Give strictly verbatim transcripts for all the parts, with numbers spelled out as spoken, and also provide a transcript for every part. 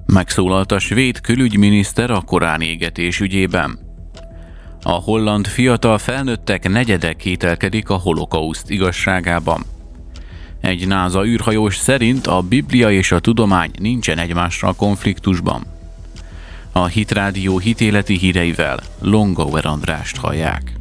Megszólalt a svéd külügyminiszter a korán égetés ügyében. A holland fiatal felnőttek negyede kételkedik a holokauszt igazságában. Egy NASA űrhajós szerint a Biblia és a tudomány nincsen egymással konfliktusban. A Hitrádió hitéleti híreivel Longauer Andrást hallják.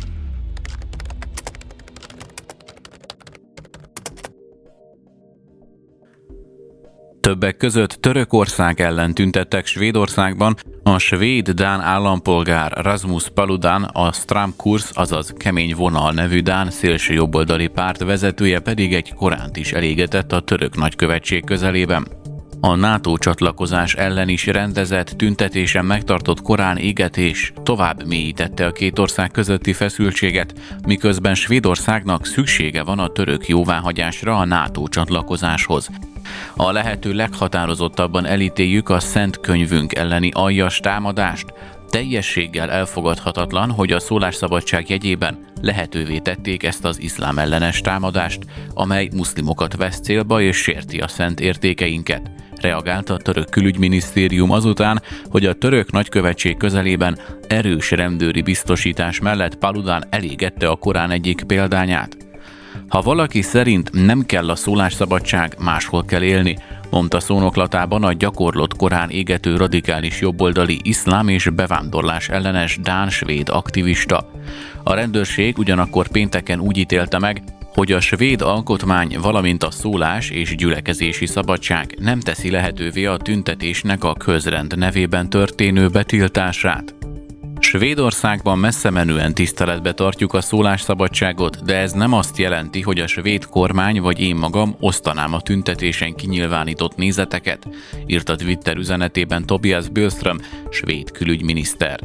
Többek között Törökország ellen tüntettek Svédországban, a svéd-dán állampolgár Rasmus Paludan, a Stram Kurs, azaz Kemény Vonal nevű dán szélsőjobboldali párt vezetője pedig egy Koránt is elégetett a török nagykövetség közelében. A NATO csatlakozás ellen is rendezett tüntetésen megtartott korán égetés tovább mélyítette a két ország közötti feszültséget, miközben Svédországnak szüksége van a török jóváhagyásra a NATO csatlakozáshoz. A lehető leghatározottabban elítéljük a Szent Könyvünk elleni aljas támadást. Teljességgel elfogadhatatlan, hogy a szólásszabadság jegyében lehetővé tették ezt az iszlám ellenes támadást, amely muszlimokat vesz célba és sérti a szent értékeinket, reagált a török külügyminisztérium azután, hogy a török nagykövetség közelében erős rendőri biztosítás mellett Paludan elégette a Korán egyik példányát. Ha valaki szerint nem kell a szólásszabadság, máshol kell élni, mondta szónoklatában a gyakorlott korán égető radikális jobboldali iszlám és bevándorlás ellenes dán-svéd aktivista. A rendőrség ugyanakkor pénteken úgy ítélte meg, hogy a svéd alkotmány, valamint a szólás és gyülekezési szabadság nem teszi lehetővé a tüntetésnek a közrend nevében történő betiltását. Svédországban messzemenően tiszteletbe tartjuk a szólásszabadságot, de ez nem azt jelenti, hogy a svéd kormány vagy én magam osztanám a tüntetésen kinyilvánított nézeteket, írt a Twitter üzenetében Tobias Billström, svéd külügyminiszter.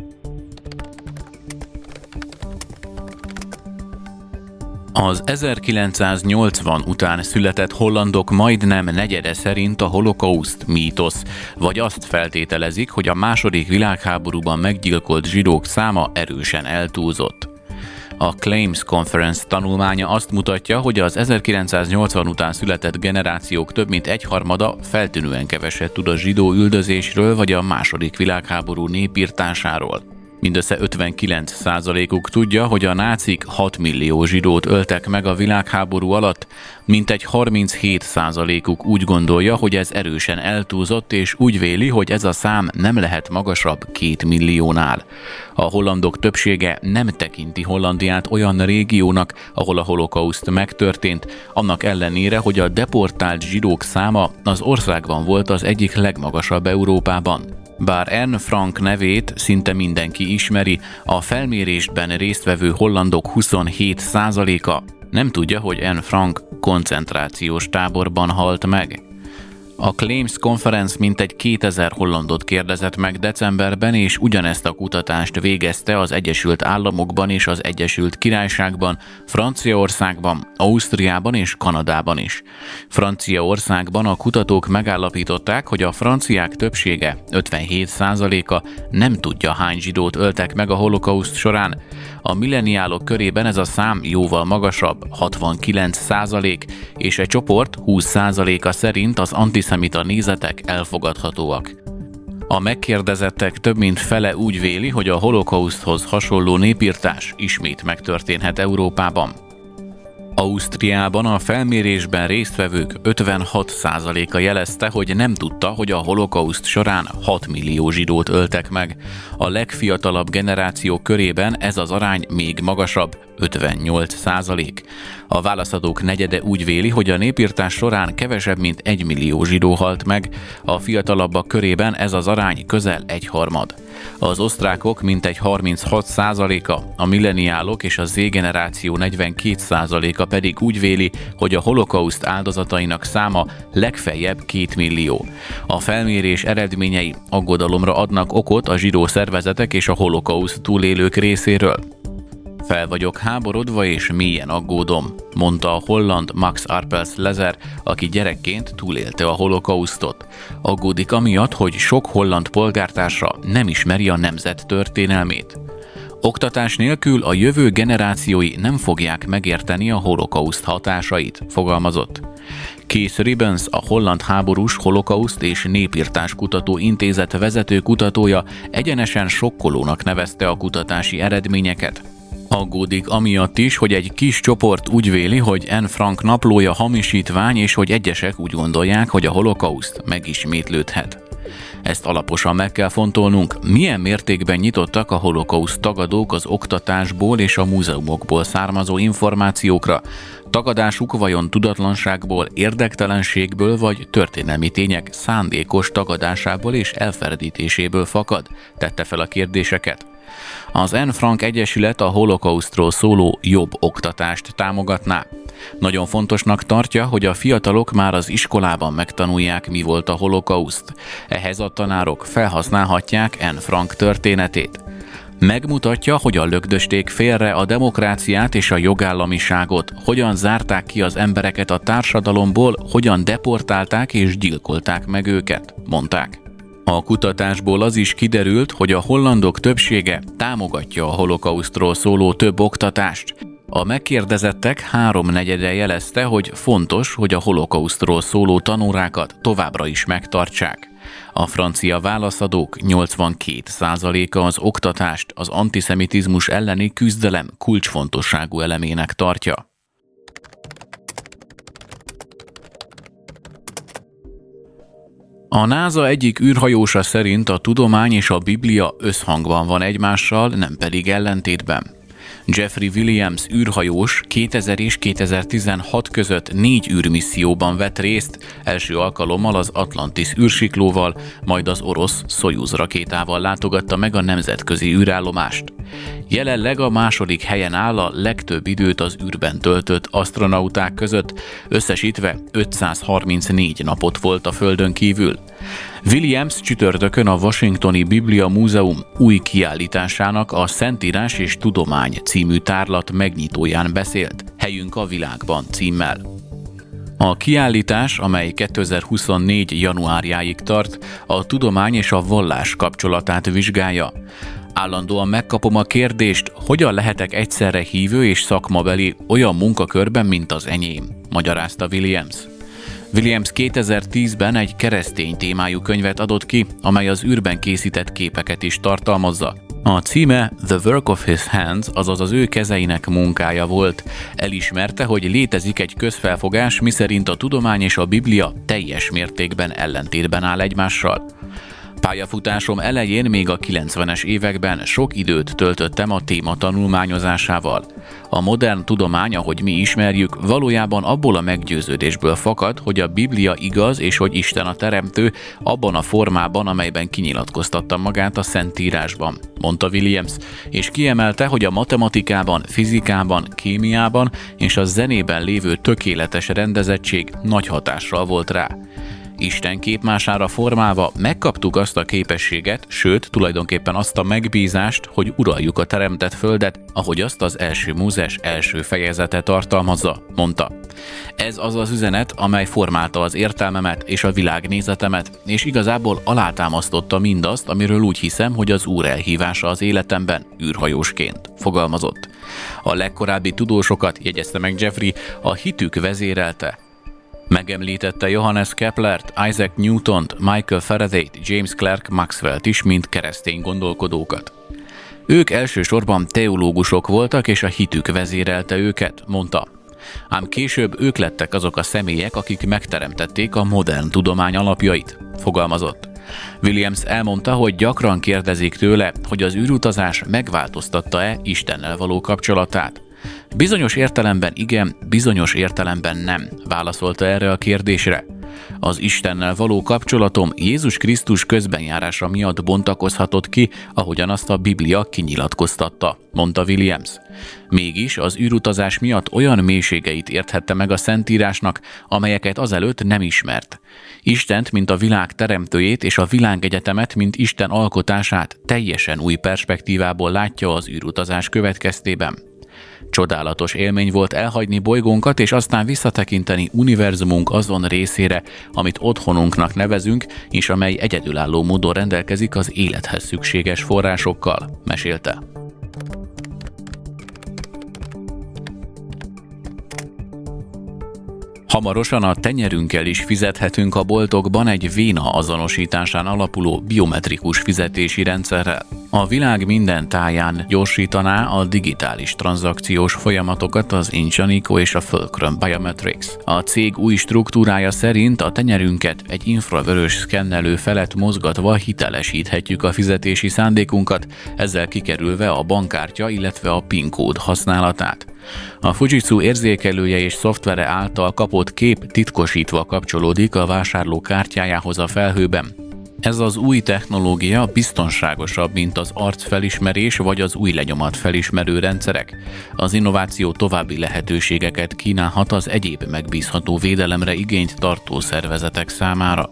Az ezerkilencszáznyolcvan után született hollandok majdnem negyede szerint a holokauszt mítosz, vagy azt feltételezik, hogy a második világháborúban meggyilkolt zsidók száma erősen eltúlzott. A Claims Conference tanulmánya azt mutatja, hogy az ezerkilencszáznyolcvan után született generációk több mint egyharmada feltűnően keveset tud a zsidó üldözésről vagy a második világháború népirtásáról. Mindössze ötvenkilenc százalékuk tudja, hogy a nácik hat millió zsidót öltek meg a világháború alatt, mintegy harminchét százalékuk úgy gondolja, hogy ez erősen eltúlzott, és úgy véli, hogy ez a szám nem lehet magasabb két milliónál. A hollandok többsége nem tekinti Hollandiát olyan régiónak, ahol a holokauszt megtörtént, annak ellenére, hogy a deportált zsidók száma az országban volt az egyik legmagasabb Európában. Bár Anne Frank nevét szinte mindenki ismeri, a felmérésben résztvevő hollandok huszonhét százaléka nem tudja, hogy Anne Frank koncentrációs táborban halt meg. A Claims Conference mintegy kétezer hollandot kérdezett meg decemberben, és ugyanezt a kutatást végezte az Egyesült Államokban és az Egyesült Királyságban, Franciaországban, Ausztriában és Kanadában is. Franciaországban a kutatók megállapították, hogy a franciák többsége, ötvenhét százaléka nem tudja, hány zsidót öltek meg a holokauszt során. A milleniálok körében ez a szám jóval magasabb, hatvankilenc százalék, és egy csoport húsz százaléka szerint az antiszemita nézetek elfogadhatóak. A megkérdezettek több mint fele úgy véli, hogy a holokauszthoz hasonló népirtás ismét megtörténhet Európában. Ausztriában a felmérésben résztvevők ötvenhat százaléka jelezte, hogy nem tudta, hogy a holokauszt során hat millió zsidót öltek meg. A legfiatalabb generáció körében ez az arány még magasabb, ötvennyolc százalék. A válaszadók negyede úgy véli, hogy a népirtás során kevesebb, mint egy millió zsidó halt meg, a fiatalabbak körében ez az arány közel egyharmad. Az osztrákok mintegy harminchat százaléka, a milleniálok és a Z-generáció negyvenkét százaléka pedig úgy véli, hogy a holokauszt áldozatainak száma legfeljebb két millió. A felmérés eredményei aggodalomra adnak okot a zsidó szervezetek és a holokauszt túlélők részéről. Fel vagyok háborodva és mélyen aggódom, mondta a holland Max Arpels Lezer, aki gyerekként túlélte a holokausztot. Aggódik amiatt, hogy sok holland polgártársa nem ismeri a nemzet történelmét. Oktatás nélkül a jövő generációi nem fogják megérteni a holokauszt hatásait, fogalmazott. Keith Ribbons, a Holland Háborús, Holokauszt és Népirtás Kutató Intézet vezető kutatója egyenesen sokkolónak nevezte a kutatási eredményeket. Aggódik amiatt is, hogy egy kis csoport úgy véli, hogy Anne Frank naplója hamisítvány, és hogy egyesek úgy gondolják, hogy a holokauszt megismétlődhet. Ezt alaposan meg kell fontolnunk, milyen mértékben nyitottak a holokauszt tagadók az oktatásból és a múzeumokból származó információkra. Tagadásuk vajon tudatlanságból, érdektelenségből vagy történelmi tények szándékos tagadásából és elferdítéséből fakad? Tette fel a kérdéseket. Az Anne Frank Egyesület a holokausztról szóló jobb oktatást támogatná. Nagyon fontosnak tartja, hogy a fiatalok már az iskolában megtanulják, mi volt a holokauszt. Ehhez a tanárok felhasználhatják Anne Frank történetét. Megmutatja, hogyan lögdösték félre a demokráciát és a jogállamiságot, hogyan zárták ki az embereket a társadalomból, hogyan deportálták és gyilkolták meg őket, mondták. A kutatásból az is kiderült, hogy a hollandok többsége támogatja a holokausztról szóló több oktatást. A megkérdezettek háromnegyede jelezte, hogy fontos, hogy a holokausztról szóló tanórákat továbbra is megtartsák. A francia válaszadók nyolcvankét százaléka az oktatást az antiszemitizmus elleni küzdelem kulcsfontosságú elemének tartja. A NASA egyik űrhajósa szerint a tudomány és a Biblia összhangban van egymással, nem pedig ellentétben. Jeffrey Williams űrhajós kétezer és kétezer-tizenhat között négy űrmisszióban vett részt, első alkalommal az Atlantis űrsiklóval, majd az orosz Szojuz rakétával látogatta meg a nemzetközi űrállomást. Jelenleg a második helyen áll a legtöbb időt az űrben töltött asztronauták között, összesítve ötszázharmincnégy napot volt a Földön kívül. Williams csütörtökön a Washingtoni Biblia Múzeum új kiállításának, a Szentírás és Tudomány című tárlat megnyitóján beszélt, Helyünk a világban címmel. A kiállítás, amely kétezer-huszonnégy januárjáig tart, a tudomány és a vallás kapcsolatát vizsgálja. Állandóan megkapom a kérdést, hogyan lehetek egyszerre hívő és szakmabeli olyan munkakörben, mint az enyém, magyarázta Williams. Williams kétezer-tízben egy keresztény témájú könyvet adott ki, amely az űrben készített képeket is tartalmazza. A címe The Work of His Hands, azaz az ő kezeinek munkája volt. Elismerte, hogy létezik egy közfelfogás, miszerint a tudomány és a Biblia teljes mértékben ellentétben áll egymással. Pályafutásom elején, még a kilencvenes években sok időt töltöttem a téma tanulmányozásával. A modern tudomány, ahogy mi ismerjük, valójában abból a meggyőződésből fakad, hogy a Biblia igaz és hogy Isten a teremtő abban a formában, amelyben kinyilatkoztatta magát a Szentírásban, mondta Williams, és kiemelte, hogy a matematikában, fizikában, kémiában és a zenében lévő tökéletes rendezettség nagy hatással volt rá. Isten képmására formálva megkaptuk azt a képességet, sőt, tulajdonképpen azt a megbízást, hogy uraljuk a teremtett földet, ahogy azt az első Mózes első fejezete tartalmazza, mondta. Ez az az üzenet, amely formálta az értelmemet és a világnézetemet, és igazából alátámasztotta mindazt, amiről úgy hiszem, hogy az Úr elhívása az életemben űrhajósként, fogalmazott. A legkorábbi tudósokat, jegyezte meg Jeffrey, a hitük vezérelte. Megemlítette Johannes Keplert, Isaac Newtont, Michael Faradayt, James Clerk Maxwellt is, mint keresztény gondolkodókat. Ők elsősorban teológusok voltak, és a hitük vezérelte őket, mondta. Ám később ők lettek azok a személyek, akik megteremtették a modern tudomány alapjait, fogalmazott. Williams elmondta, hogy gyakran kérdezik tőle, hogy az űrutazás megváltoztatta-e Istennel való kapcsolatát. Bizonyos értelemben igen, bizonyos értelemben nem, válaszolta erre a kérdésre. Az Istennel való kapcsolatom Jézus Krisztus közbenjárása miatt bontakozhatott ki, ahogyan azt a Biblia kinyilatkoztatta, mondta Williams. Mégis az űrutazás miatt olyan mélységeit érthette meg a Szentírásnak, amelyeket azelőtt nem ismert. Istent, mint a világ teremtőjét, és a világegyetemet, mint Isten alkotását teljesen új perspektívából látja az űrutazás következtében. Csodálatos élmény volt elhagyni bolygónkat, és aztán visszatekinteni univerzumunk azon részére, amit otthonunknak nevezünk, és amely egyedülálló módon rendelkezik az élethez szükséges forrásokkal, mesélte. Hamarosan a tenyerünkkel is fizethetünk a boltokban egy véna azonosításán alapuló biometrikus fizetési rendszerrel. A világ minden táján gyorsítaná a digitális tranzakciós folyamatokat az Ingenico és a Fulcrum Biometrics. A cég új struktúrája szerint a tenyerünket egy infravörös szkennelő felett mozgatva hitelesíthetjük a fizetési szándékunkat, ezzel kikerülve a bankkártya, illetve a PIN kód használatát. A Fujitsu érzékelője és szoftvere által kapott kép titkosítva kapcsolódik a vásárló kártyájához a felhőben. Ez az új technológia biztonságosabb, mint az arcfelismerés vagy az új lenyomat felismerő rendszerek. Az innováció további lehetőségeket kínálhat az egyéb megbízható védelemre igényt tartó szervezetek számára.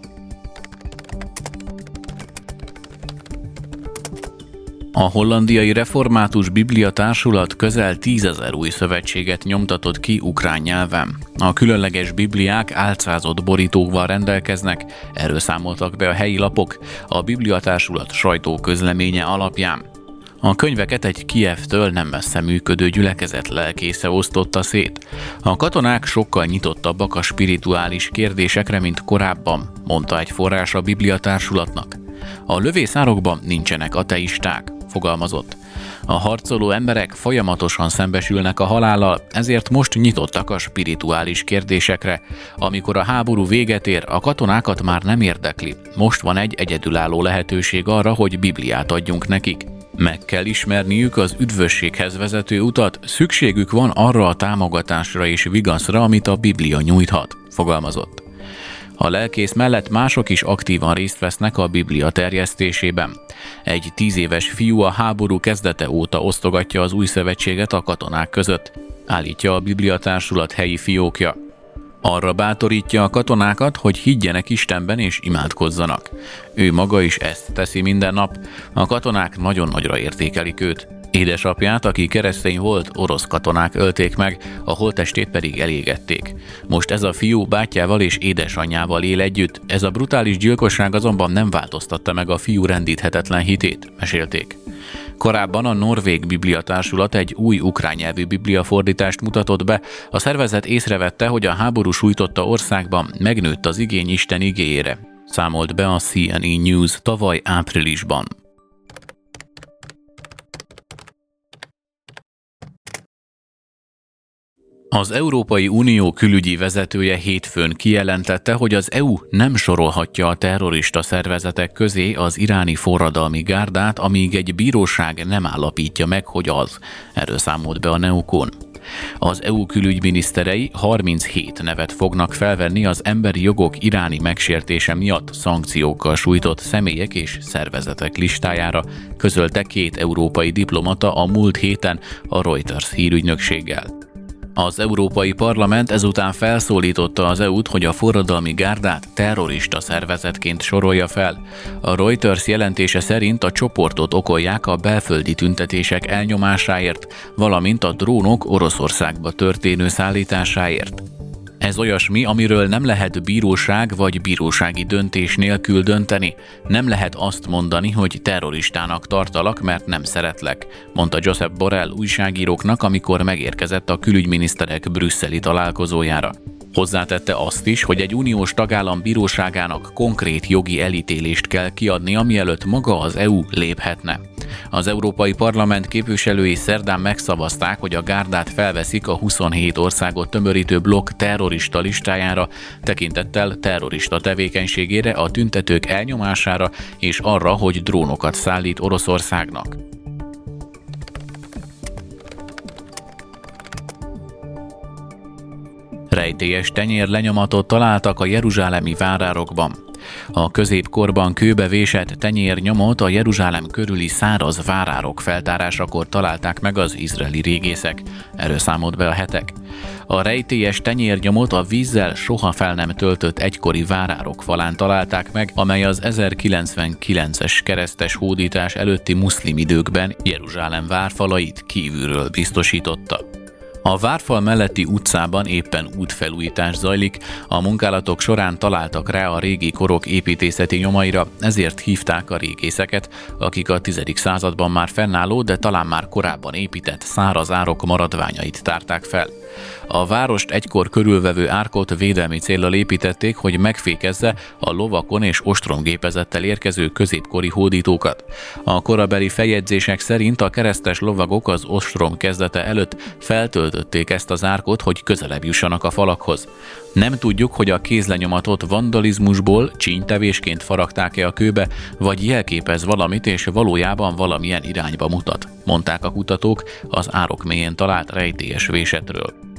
A hollandiai református bibliatársulat közel tízezer új szövetséget nyomtatott ki ukrán nyelven. A különleges bibliák álcázott borítóval rendelkeznek, erről számoltak be a helyi lapok, a bibliatársulat sajtóközleménye alapján. A könyveket egy Kijevtől nem messze működő gyülekezet lelkésze osztotta szét. A katonák sokkal nyitottabbak a spirituális kérdésekre, mint korábban, mondta egy forrás a bibliatársulatnak. A lövészárokban nincsenek ateisták, fogalmazott. A harcoló emberek folyamatosan szembesülnek a halállal, ezért most nyitottak a spirituális kérdésekre. Amikor a háború véget ér, a katonákat már nem érdekli. Most van egy egyedülálló lehetőség arra, hogy Bibliát adjunk nekik. Meg kell ismerniük az üdvösséghez vezető utat, szükségük van arra a támogatásra és vigaszra, amit a Biblia nyújthat, fogalmazott. A lelkész mellett mások is aktívan részt vesznek a Biblia terjesztésében. Egy tíz éves fiú a háború kezdete óta osztogatja az új szövetséget a katonák között, állítja a bibliatársulat helyi fiókja. Arra bátorítja a katonákat, hogy higgyenek Istenben és imádkozzanak. Ő maga is ezt teszi minden nap. A katonák nagyon nagyra értékelik őt. Édesapját, aki keresztény volt, orosz katonák ölték meg, a holttestét pedig elégették. Most ez a fiú bátyjával és édesanyjával él együtt, ez a brutális gyilkosság azonban nem változtatta meg a fiú rendíthetetlen hitét, mesélték. Korábban a norvég bibliatársulat egy új ukrán nyelvű bibliafordítást mutatott be, a szervezet észrevette, hogy a háború sújtotta országban megnőtt az igény Isten igéjére, számolt be a C N E News tavaly áprilisban. Az Európai Unió külügyi vezetője hétfőn kijelentette, hogy az é u nem sorolhatja a terrorista szervezetek közé az iráni forradalmi gárdát, amíg egy bíróság nem állapítja meg, hogy az. Erről számolt be a Neokon. Az é u külügyminiszterei harminchét nevet fognak felvenni az emberi jogok iráni megsértése miatt szankciókkal sújtott személyek és szervezetek listájára, közölte két európai diplomata a múlt héten a Reuters hírügynökséggel. Az Európai Parlament ezután felszólította az é u-t, hogy a forradalmi gárdát terrorista szervezetként sorolja fel. A Reuters jelentése szerint a csoportot okolják a belföldi tüntetések elnyomásáért, valamint a drónok Oroszországba történő szállításáért. Ez olyasmi, amiről nem lehet bíróság vagy bírósági döntés nélkül dönteni. Nem lehet azt mondani, hogy terroristának tartalak, mert nem szeretlek, mondta Josep Borrell újságíróknak, amikor megérkezett a külügyminiszterek brüsszeli találkozójára. Hozzátette azt is, hogy egy uniós tagállam bíróságának konkrét jogi elítélést kell kiadnia, mielőtt maga az é u léphetne. Az Európai Parlament képviselői szerdán megszavazták, hogy a gárdát felveszik a huszonhét országot tömörítő blokk terrorista listájára, tekintettel terrorista tevékenységére, a tüntetők elnyomására és arra, hogy drónokat szállít Oroszországnak. Rejtélyes tenyérlenyomatot találtak a jeruzsálemi várárokban. A középkorban kőbe vésett tenyérnyomot a Jeruzsálem körüli száraz várárok feltárásakor találták meg az izraeli régészek, erről számolt be a Hetek. A rejtélyes tenyérnyomot a vízzel soha fel nem töltött egykori várárok falán találták meg, amely az ezerkilencszázkilences keresztes hódítás előtti muszlim időkben Jeruzsálem várfalait kívülről biztosította. A várfal melletti utcában éppen útfelújítás zajlik, a munkálatok során találtak rá a régi korok építészeti nyomaira, ezért hívták a régészeket, akik a tizedik században már fennálló, de talán már korábban épített száraz árok maradványait tárták fel. A várost egykor körülvevő árkot védelmi céllal építették, hogy megfékezze a lovakon és ostromgépezettel érkező középkori hódítókat. A korabeli feljegyzések szerint a keresztes lovagok az ostrom kezdete előtt feltöltötték ezt az árkot, hogy közelebb jussanak a falakhoz. Nem tudjuk, hogy a kézlenyomatot vandalizmusból, csínytevésként faragták-e a kőbe, vagy jelképez valamit és valójában valamilyen irányba mutat, mondták a kutatók az árok mélyén talált rejtélyes vésetről.